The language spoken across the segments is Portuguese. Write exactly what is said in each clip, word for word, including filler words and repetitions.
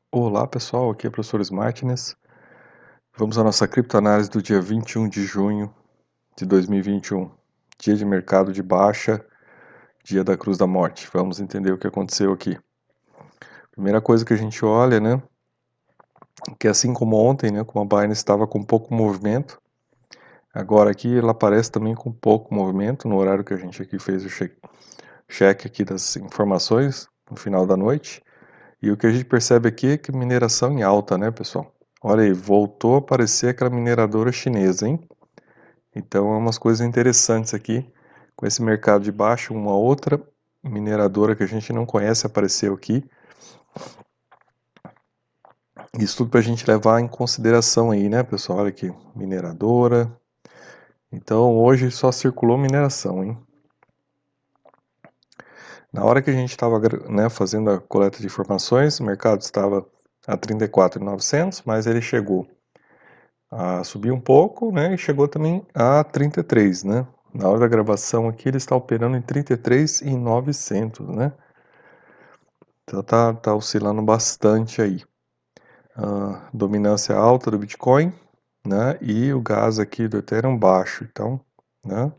Olá pessoal, aqui é o professor Smartness. Vamos à nossa criptoanálise do dia vinte e um de junho de dois mil e vinte e um, dia de mercado de baixa, dia da Cruz da Morte. Vamos entender o que aconteceu aqui. Primeira coisa que a gente olha, né, que assim como ontem, né, como a Binance estava com pouco movimento, agora aqui ela aparece também com pouco movimento, no horário que a gente aqui fez o check, check aqui das informações, no final da noite. E o que a gente percebe aqui é que mineração em alta, né, pessoal? Olha aí, voltou a aparecer aquela mineradora chinesa, hein? Então, é umas coisas interessantes aqui. Com esse mercado de baixo, uma outra mineradora que a gente não conhece apareceu aqui. Isso tudo para a gente levar em consideração aí, né, pessoal? Olha aqui, mineradora. Então, hoje só circulou mineração, hein? Na hora que a gente estava, né, fazendo a coleta de informações, o mercado estava a trinta e quatro mil e novecentos, mas ele chegou a subir um pouco, né, e chegou também a trinta e três, né? Na hora da gravação aqui ele está operando em trinta e três mil e novecentos, né? Então tá, tá oscilando bastante aí. A dominância alta do Bitcoin, né? E o gás aqui do Ethereum baixo. Então, né?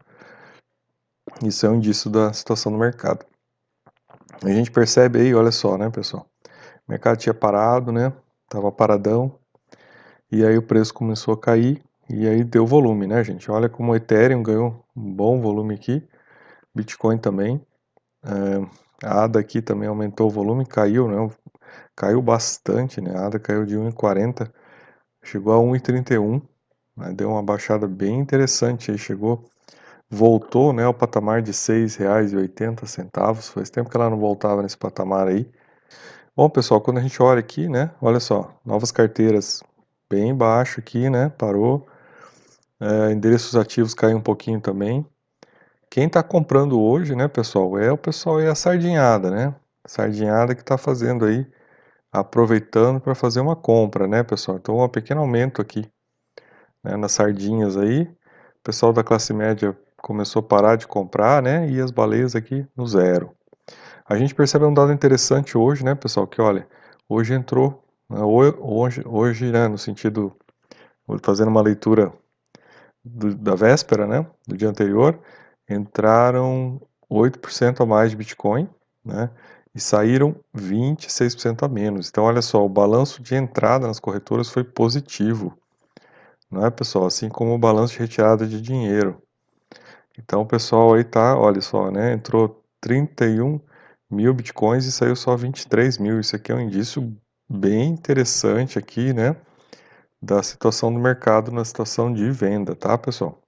Isso é um indício da situação do mercado. A gente percebe aí, olha só, né, pessoal? O mercado tinha parado, né? Tava paradão. E aí o preço começou a cair. E aí deu volume, né, gente? Olha como o Ethereum ganhou um bom volume aqui. Bitcoin também. É, a A D A aqui também aumentou o volume, caiu, né? Caiu bastante, né? A A D A caiu de um e quarenta, chegou a um e trinta e um, né? Deu uma baixada bem interessante aí, chegou, voltou, né, ao patamar de seis reais e oitenta centavos. Faz tempo que ela não voltava nesse patamar aí. Bom, pessoal, quando a gente olha aqui, né, olha só, novas carteiras bem baixo aqui, né? Parou. É, endereços ativos caiu um pouquinho também. Quem está comprando hoje, né, pessoal, é o pessoal, é a sardinhada, né? Sardinhada que está fazendo aí, aproveitando para fazer uma compra, né, pessoal? Então, um pequeno aumento aqui, né, nas sardinhas aí. O pessoal da classe média começou a parar de comprar, né, e as baleias aqui no zero. A gente percebe um dado interessante hoje, né, pessoal, que olha, hoje entrou, né, hoje, hoje, né, no sentido, fazendo uma leitura do, da véspera, né, do dia anterior, entraram oito por cento a mais de Bitcoin, né, e saíram vinte e seis por cento a menos. Então, olha só, o balanço de entrada nas corretoras foi positivo, não é, pessoal? Assim como o balanço de retirada de dinheiro. Então, o pessoal aí tá, olha só, né, entrou trinta e um mil Bitcoins e saiu só vinte e três mil. Isso aqui é um indício bem interessante aqui, né, da situação do mercado na situação de venda, tá, pessoal?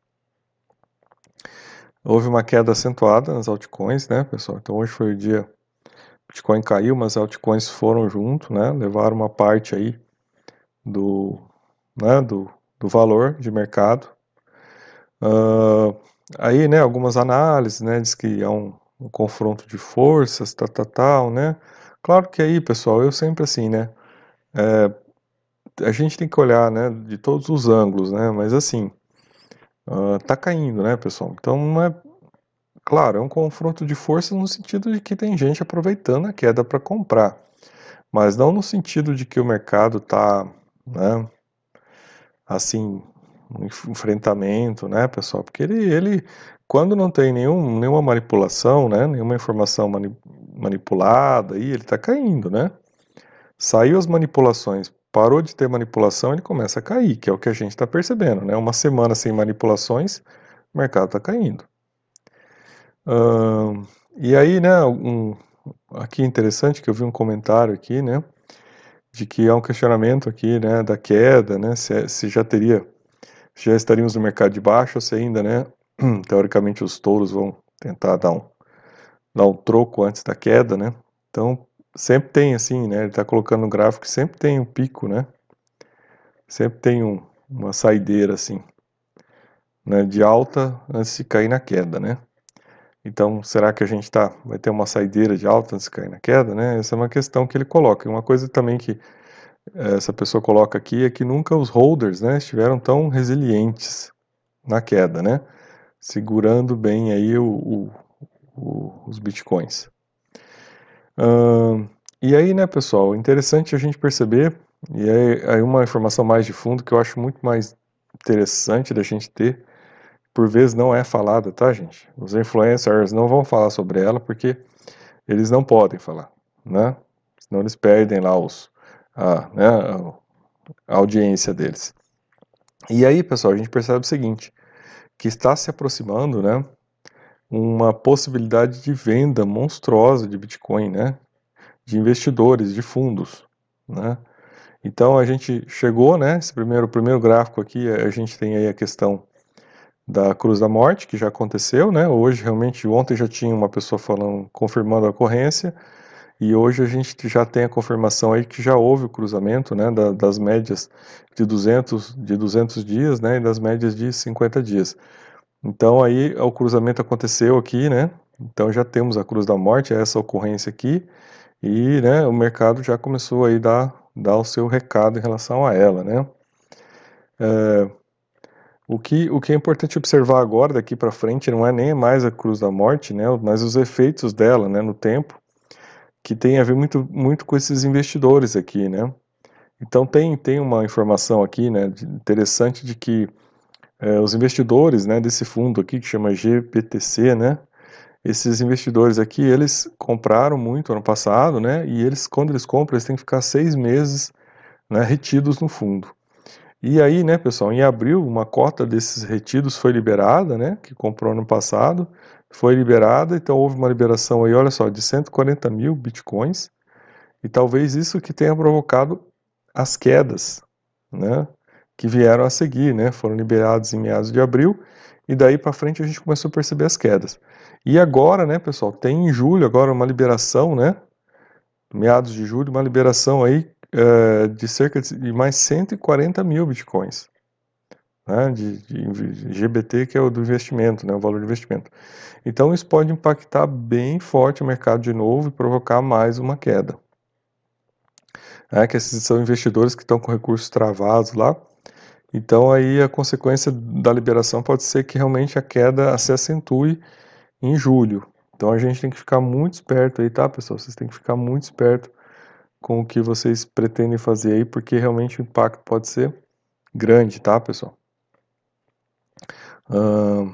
Houve uma queda acentuada nas altcoins, né, pessoal? Então hoje foi o dia, o Bitcoin caiu, mas as altcoins foram junto, né? Levaram uma parte aí do, né, do, do valor de mercado. Uh, aí, né, algumas análises, né, diz que há um, um confronto de forças, tal, tal, tal, né? Claro que aí, pessoal, eu sempre assim, né? É, a gente tem que olhar, né, de todos os ângulos, né? Mas assim, uh, tá caindo, né, pessoal? Então não é. Claro, é um confronto de forças no sentido de que tem gente aproveitando a queda para comprar, mas não no sentido de que o mercado está, né, assim, um enfrentamento, né, pessoal? Porque ele, ele quando não tem nenhum, nenhuma manipulação, né, nenhuma informação mani manipulada, aí ele está caindo, né? Saiu as manipulações, parou de ter manipulação, ele começa a cair, que é o que a gente está percebendo, né? Uma semana sem manipulações, o mercado está caindo. Uh, e aí, né, um, aqui interessante que eu vi um comentário aqui, né, de que há um questionamento aqui, né, da queda, né, se, se já teria, se já estaríamos no mercado de baixo ou se ainda, né, teoricamente os touros vão tentar dar um, dar um troco antes da queda, né, então sempre tem assim, né, ele está colocando no gráfico que sempre tem um pico, né, sempre tem um, uma saideira assim, né, de alta antes de cair na queda, né. Então, será que a gente tá, vai ter uma saideira de alta antes de cair na queda, né? Essa é uma questão que ele coloca. Uma coisa também que eh, essa pessoa coloca aqui é que nunca os holders, né, estiveram tão resilientes na queda, né? Segurando bem aí o, o, o, os bitcoins. Uh, E aí, né, pessoal, interessante a gente perceber, e aí, aí uma informação mais de fundo que eu acho muito mais interessante da gente ter, por vezes não é falada, tá, gente? Os influencers não vão falar sobre ela porque eles não podem falar, né? Senão eles perdem lá os, a, né, a audiência deles. E aí, pessoal, a gente percebe o seguinte, que está se aproximando, né, uma possibilidade de venda monstruosa de Bitcoin, né, de investidores, de fundos, né. Então a gente chegou, né, esse primeiro, primeiro gráfico aqui, a gente tem aí a questão da Cruz da Morte, que já aconteceu, né, hoje realmente, ontem já tinha uma pessoa falando, confirmando a ocorrência, e hoje a gente já tem a confirmação aí que já houve o cruzamento, né, da, das médias de duzentos, de duzentos dias, né, e das médias de cinquenta dias. Então aí o cruzamento aconteceu aqui, né, então já temos a Cruz da Morte, essa ocorrência aqui, e, né, o mercado já começou aí a dar, dar o seu recado em relação a ela, né. É, o, que, o que é importante observar agora, daqui para frente, não é nem mais a Cruz da Morte, né, mas os efeitos dela, né, no tempo, que tem a ver muito, muito com esses investidores aqui, né. Então tem, tem uma informação aqui, né, de, interessante de que é, os investidores, né, desse fundo aqui, que chama G B T C, né, esses investidores aqui, eles compraram muito ano passado, né, e eles, quando eles compram, eles têm que ficar seis meses, né, retidos no fundo. E aí, né, pessoal, em abril, uma cota desses retidos foi liberada, né, que comprou ano passado, foi liberada, então houve uma liberação aí, olha só, de cento e quarenta mil bitcoins, e talvez isso que tenha provocado as quedas, né, que vieram a seguir, né, foram liberados em meados de abril, e daí para frente a gente começou a perceber as quedas. E agora, né, pessoal, tem em julho agora uma liberação, né, meados de julho, uma liberação aí é, de cerca de mais cento e quarenta mil bitcoins, né, de, de G B T, que é o do investimento, né, o valor de investimento. Então isso pode impactar bem forte o mercado de novo e provocar mais uma queda. É, que esses são investidores que estão com recursos travados lá, então aí a consequência da liberação pode ser que realmente a queda se acentue em julho. Então a gente tem que ficar muito esperto aí, tá, pessoal? Vocês têm que ficar muito esperto com o que vocês pretendem fazer aí, porque realmente o impacto pode ser grande, tá, pessoal? Hum,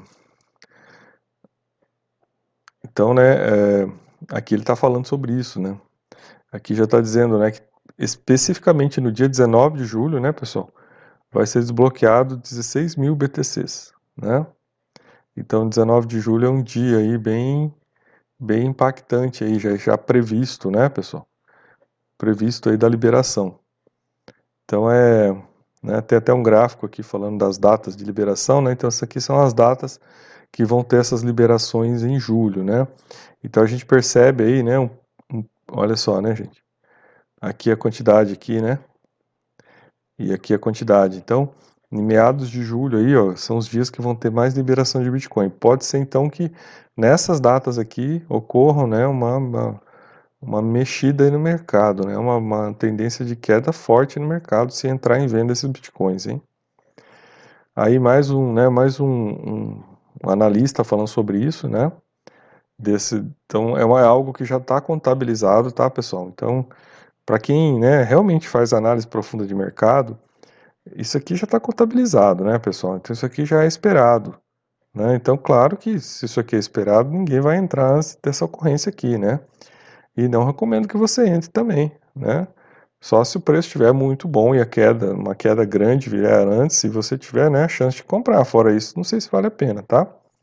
então, né, é, aqui ele está falando sobre isso, né? Aqui já está dizendo, né, que especificamente no dia dezenove de julho, né, pessoal, vai ser desbloqueado dezesseis mil B T Cs, né? Então, dezenove de julho é um dia aí bem, bem impactante aí, já, já previsto, né, pessoal? Previsto aí da liberação. Então, é, né, tem até um gráfico aqui falando das datas de liberação, né? Então, essas aqui são as datas que vão ter essas liberações em julho, né? Então, a gente percebe aí, né, um, um, olha só, né, gente? Aqui a quantidade aqui, né? E aqui a quantidade. Então, em meados de julho aí, ó, são os dias que vão ter mais liberação de Bitcoin. Pode ser então que nessas datas aqui ocorram, né, uma, uma, uma mexida aí no mercado, né, uma, uma tendência de queda forte no mercado se entrar em venda esses Bitcoins, hein? Aí mais um, né, mais um, um, um analista falando sobre isso, né? Desse, então é uma, é algo que já está contabilizado, tá, pessoal? Então, para quem, né, realmente faz análise profunda de mercado, isso aqui já está contabilizado, né, pessoal? Então isso aqui já é esperado, né? Então, claro que se isso aqui é esperado, ninguém vai entrar antes dessa ocorrência aqui, né? E não recomendo que você entre também, né? Só se o preço estiver muito bom e a queda, uma queda grande vier antes, se você tiver, né, a chance de comprar. Fora isso, não sei se vale a pena, tá?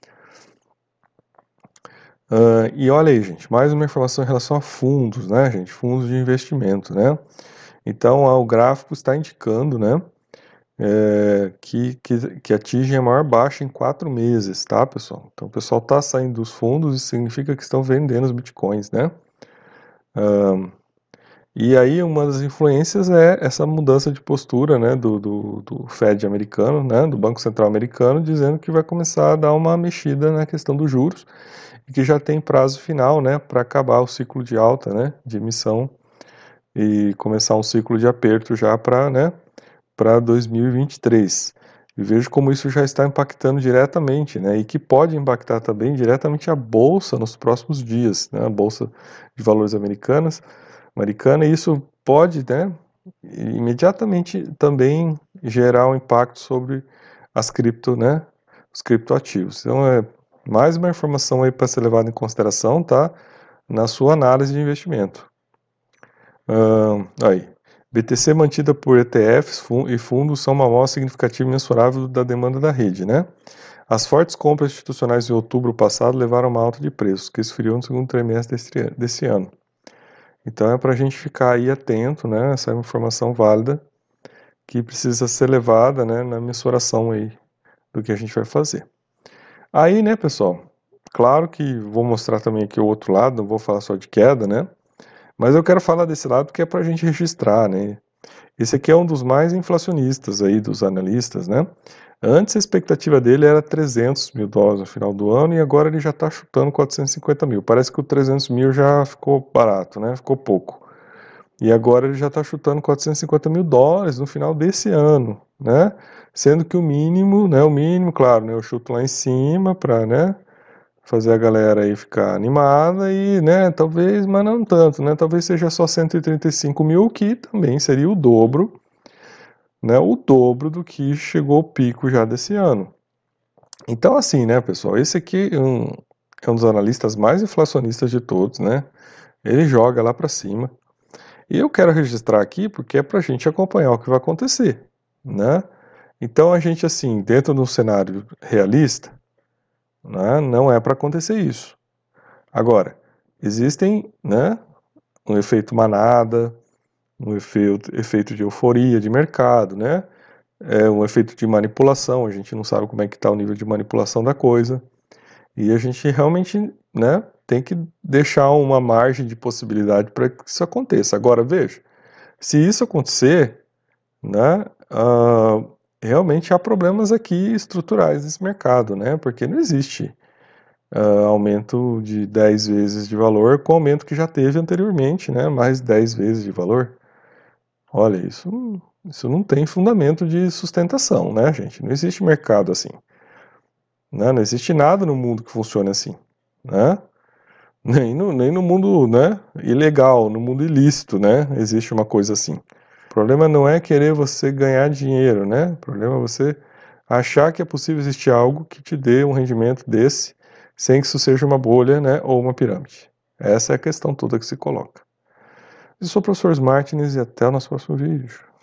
Uh, e olha aí, gente, mais uma informação em relação a fundos, né, gente? Fundos de investimento, né? Então, ó, o gráfico está indicando, né, é, que, que, que atingem a maior baixa em quatro meses, tá, pessoal? Então, o pessoal está saindo dos fundos e significa que estão vendendo os bitcoins, né? Uh, e aí, uma das influências é essa mudança de postura, né, do, do, do Fed americano, né, do Banco Central americano, dizendo que vai começar a dar uma mexida na questão dos juros e que já tem prazo final, né, para acabar o ciclo de alta, né, de emissão e começar um ciclo de aperto já para, né, para dois mil e vinte e três. E vejo como isso já está impactando diretamente, né, e que pode impactar também diretamente a bolsa nos próximos dias, né, a bolsa de valores americanas, americana, e isso pode, né, imediatamente também gerar um impacto sobre as cripto, né, os criptoativos. Então é mais uma informação aí para ser levada em consideração, tá, na sua análise de investimento. Uh, aí, B T C mantida por E T Fs e fundos são uma amostra significativa e mensurável da demanda da rede, né? As fortes compras institucionais em outubro passado levaram a uma alta de preços, que esfriou no segundo trimestre desse, desse ano. Então é para a gente ficar aí atento, né? Essa é uma informação válida que precisa ser levada, né, na mensuração aí do que a gente vai fazer. Aí, né, pessoal, claro que vou mostrar também aqui o outro lado, não vou falar só de queda, né? Mas eu quero falar desse lado porque é para a gente registrar, né? Esse aqui é um dos mais inflacionistas aí dos analistas, né? Antes a expectativa dele era trezentos mil dólares no final do ano e agora ele já está chutando quatrocentos e cinquenta mil. Parece que o trezentos mil já ficou barato, né? Ficou pouco. E agora ele já está chutando quatrocentos e cinquenta mil dólares no final desse ano, né? Sendo que o mínimo, né? O mínimo, claro, né? Eu chuto lá em cima para, né? Fazer a galera aí ficar animada e, né? Talvez, mas não tanto, né? Talvez seja só cento e trinta e cinco mil, que também seria o dobro, né? O dobro do que chegou o pico já desse ano. Então, assim, né, pessoal? Esse aqui é um, é um dos analistas mais inflacionistas de todos, né? Ele joga lá para cima. E eu quero registrar aqui porque é para a gente acompanhar o que vai acontecer, né? Então a gente, assim, dentro de um cenário realista, né, não é para acontecer isso. Agora, existem, né, um efeito manada, um efeito, efeito de euforia de mercado, né? É um efeito de manipulação, a gente não sabe como é que está o nível de manipulação da coisa. E a gente realmente, né, tem que deixar uma margem de possibilidade para que isso aconteça. Agora, veja, se isso acontecer, né, uh, realmente há problemas aqui estruturais nesse mercado, né, porque não existe uh, aumento de dez vezes de valor com o aumento que já teve anteriormente, né, mais dez vezes de valor. Olha, isso, isso não tem fundamento de sustentação, né, gente? Não existe mercado assim. Né? Não existe nada no mundo que funcione assim, né? Nem no, nem no mundo, né, ilegal, no mundo ilícito, né, existe uma coisa assim. O problema não é querer você ganhar dinheiro, né? O problema é você achar que é possível existir algo que te dê um rendimento desse, sem que isso seja uma bolha, né, ou uma pirâmide. Essa é a questão toda que se coloca. Eu sou o professor Martins e até o nosso próximo vídeo.